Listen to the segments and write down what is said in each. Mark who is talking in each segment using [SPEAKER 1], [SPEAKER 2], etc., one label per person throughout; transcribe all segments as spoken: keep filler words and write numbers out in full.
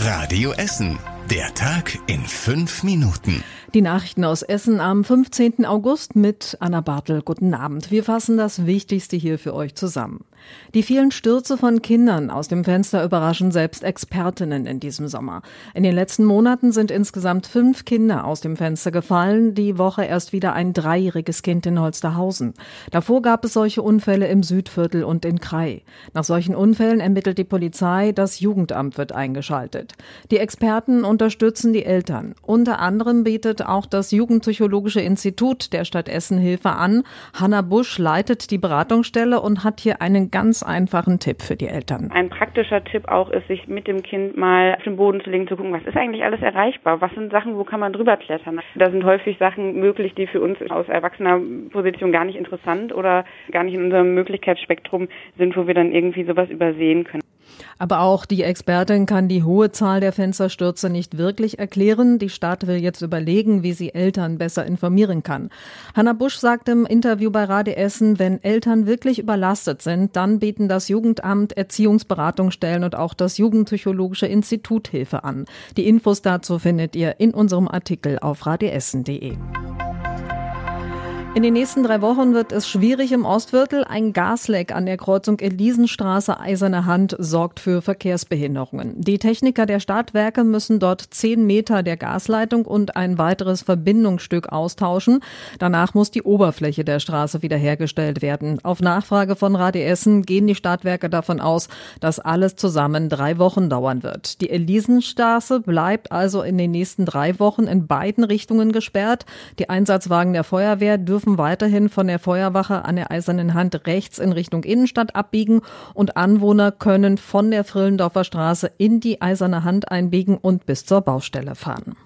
[SPEAKER 1] Radio Essen. Der Tag in fünf Minuten.
[SPEAKER 2] Die Nachrichten aus Essen am fünfzehnten August mit Anna Bartel. Guten Abend. Wir fassen das Wichtigste hier für euch zusammen. Die vielen Stürze von Kindern aus dem Fenster überraschen selbst Expertinnen in diesem Sommer. In den letzten Monaten sind insgesamt fünf Kinder aus dem Fenster gefallen. Die Woche erst wieder ein dreijähriges Kind in Holsterhausen. Davor gab es solche Unfälle im Südviertel und in Krai. Nach solchen Unfällen ermittelt die Polizei, das Jugendamt wird eingeschaltet. Die Experten unterstützen die Eltern. Unter anderem bietet auch das Jugendpsychologische Institut der Stadt Essen Hilfe an. Hanna Busch leitet die Beratungsstelle und hat hier einen ganz einfachen Tipp für die Eltern.
[SPEAKER 3] Ein praktischer Tipp auch ist, sich mit dem Kind mal auf den Boden zu legen, zu gucken, was ist eigentlich alles erreichbar? Was sind Sachen, wo kann man drüber klettern? Da sind häufig Sachen möglich, die für uns aus erwachsener Position gar nicht interessant oder gar nicht in unserem Möglichkeitsspektrum sind, wo wir dann irgendwie sowas übersehen können.
[SPEAKER 2] Aber auch die Expertin kann die hohe Zahl der Fensterstürze nicht wirklich erklären. Die Stadt will jetzt überlegen, wie sie Eltern besser informieren kann. Hanna Busch sagt im Interview bei Radio Essen, wenn Eltern wirklich überlastet sind, dann bieten das Jugendamt, Erziehungsberatungsstellen und auch das Jugendpsychologische Institut Hilfe an. Die Infos dazu findet ihr in unserem Artikel auf radioessen punkt de. In den nächsten drei Wochen wird es schwierig im Ostviertel. Ein Gasleck an der Kreuzung Elisenstraße Eiserne Hand sorgt für Verkehrsbehinderungen. Die Techniker der Stadtwerke müssen dort zehn Meter der Gasleitung und ein weiteres Verbindungsstück austauschen. Danach muss die Oberfläche der Straße wiederhergestellt werden. Auf Nachfrage von Radio Essen gehen die Stadtwerke davon aus, dass alles zusammen drei Wochen dauern wird. Die Elisenstraße bleibt also in den nächsten drei Wochen in beiden Richtungen gesperrt. Die Einsatzwagen der Feuerwehr dürfen weiterhin von der Feuerwache an der Eisernen Hand rechts in Richtung Innenstadt abbiegen und Anwohner können von der Frillendorfer Straße in die Eiserne Hand einbiegen und bis zur Baustelle fahren.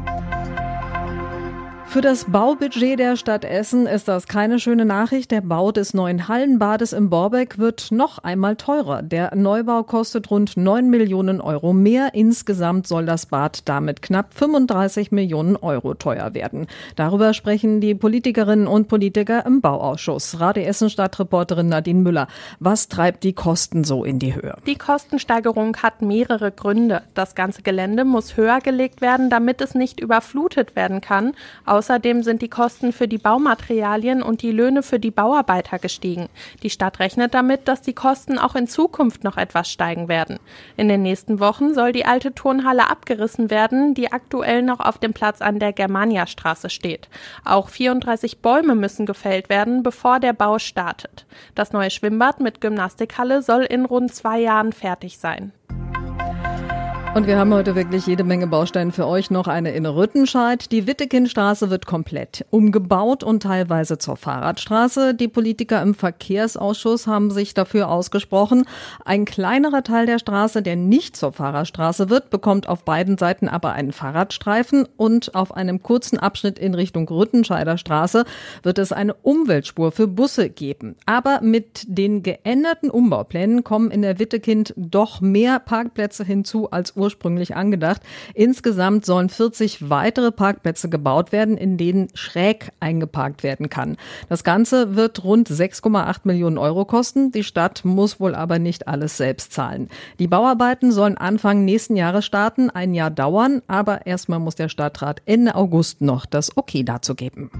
[SPEAKER 2] Für das Baubudget der Stadt Essen ist das keine schöne Nachricht. Der Bau des neuen Hallenbades im Borbeck wird noch einmal teurer. Der Neubau kostet rund neun Millionen Euro mehr. Insgesamt soll das Bad damit knapp fünfunddreißig Millionen Euro teuer werden. Darüber sprechen die Politikerinnen und Politiker im Bauausschuss. Radio Essen Stadtreporterin Nadine Müller. Was treibt die Kosten so in die Höhe?
[SPEAKER 4] Die Kostensteigerung hat mehrere Gründe. Das ganze Gelände muss höher gelegt werden, damit es nicht überflutet werden kann. Außerdem sind die Kosten für die Baumaterialien und die Löhne für die Bauarbeiter gestiegen. Die Stadt rechnet damit, dass die Kosten auch in Zukunft noch etwas steigen werden. In den nächsten Wochen soll die alte Turnhalle abgerissen werden, die aktuell noch auf dem Platz an der Germaniastraße steht. Auch vierunddreißig Bäume müssen gefällt werden, bevor der Bau startet. Das neue Schwimmbad mit Gymnastikhalle soll in rund zwei Jahren fertig sein.
[SPEAKER 2] Und wir haben heute wirklich jede Menge Bausteine für euch. Noch eine in Rüttenscheid. Die Wittekindstraße wird komplett umgebaut und teilweise zur Fahrradstraße. Die Politiker im Verkehrsausschuss haben sich dafür ausgesprochen. Ein kleinerer Teil der Straße, der nicht zur Fahrradstraße wird, bekommt auf beiden Seiten aber einen Fahrradstreifen. Und auf einem kurzen Abschnitt in Richtung Rüttenscheider Straße wird es eine Umweltspur für Busse geben. Aber mit den geänderten Umbauplänen kommen in der Wittekind doch mehr Parkplätze hinzu als ursprünglich angedacht. Insgesamt sollen vierzig weitere Parkplätze gebaut werden, in denen schräg eingeparkt werden kann. Das Ganze wird rund sechs Komma acht Millionen Euro kosten. Die Stadt muss wohl aber nicht alles selbst zahlen. Die Bauarbeiten sollen Anfang nächsten Jahres starten, ein Jahr dauern, aber erstmal muss der Stadtrat Ende August noch das Okay dazu geben.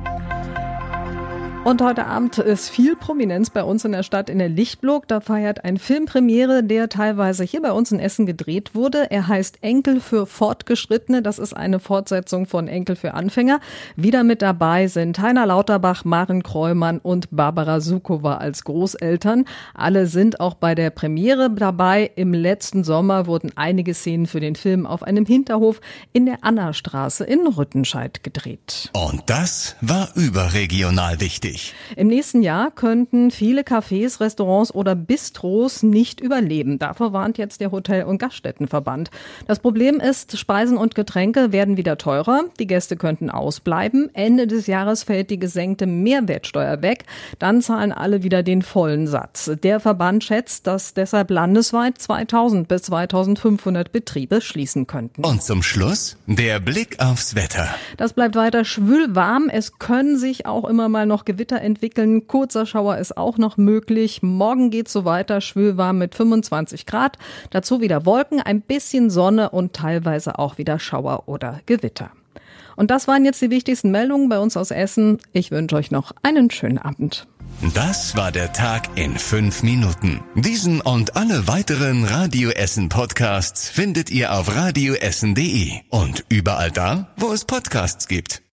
[SPEAKER 2] Und heute Abend ist viel Prominenz bei uns in der Stadt in der Lichtburg. Da feiert ein Film Premiere, der teilweise hier bei uns in Essen gedreht wurde. Er heißt Enkel für Fortgeschrittene. Das ist eine Fortsetzung von Enkel für Anfänger. Wieder mit dabei sind Heiner Lauterbach, Maren Kreumann und Barbara Sukowa als Großeltern. Alle sind auch bei der Premiere dabei. Im letzten Sommer wurden einige Szenen für den Film auf einem Hinterhof in der Annastraße in Rüttenscheid gedreht.
[SPEAKER 1] Und das war überregional wichtig.
[SPEAKER 2] Im nächsten Jahr könnten viele Cafés, Restaurants oder Bistros nicht überleben. Davor warnt jetzt der Hotel- und Gaststättenverband. Das Problem ist, Speisen und Getränke werden wieder teurer. Die Gäste könnten ausbleiben. Ende des Jahres fällt die gesenkte Mehrwertsteuer weg. Dann zahlen alle wieder den vollen Satz. Der Verband schätzt, dass deshalb landesweit zweitausend bis zweitausendfünfhundert Betriebe schließen könnten.
[SPEAKER 1] Und zum Schluss der Blick aufs Wetter.
[SPEAKER 2] Das bleibt weiter schwül warm. Es können sich auch immer mal noch Gewitter Gewitter entwickeln. Kurzer Schauer ist auch noch möglich. Morgen geht's so weiter, schwülwarm mit fünfundzwanzig Grad. Dazu wieder Wolken, ein bisschen Sonne und teilweise auch wieder Schauer oder Gewitter. Und das waren jetzt die wichtigsten Meldungen bei uns aus Essen. Ich wünsche euch noch einen schönen Abend.
[SPEAKER 1] Das war der Tag in fünf Minuten. Diesen und alle weiteren Radio Essen Podcasts findet ihr auf radio essen punkt de und überall da, wo es Podcasts gibt.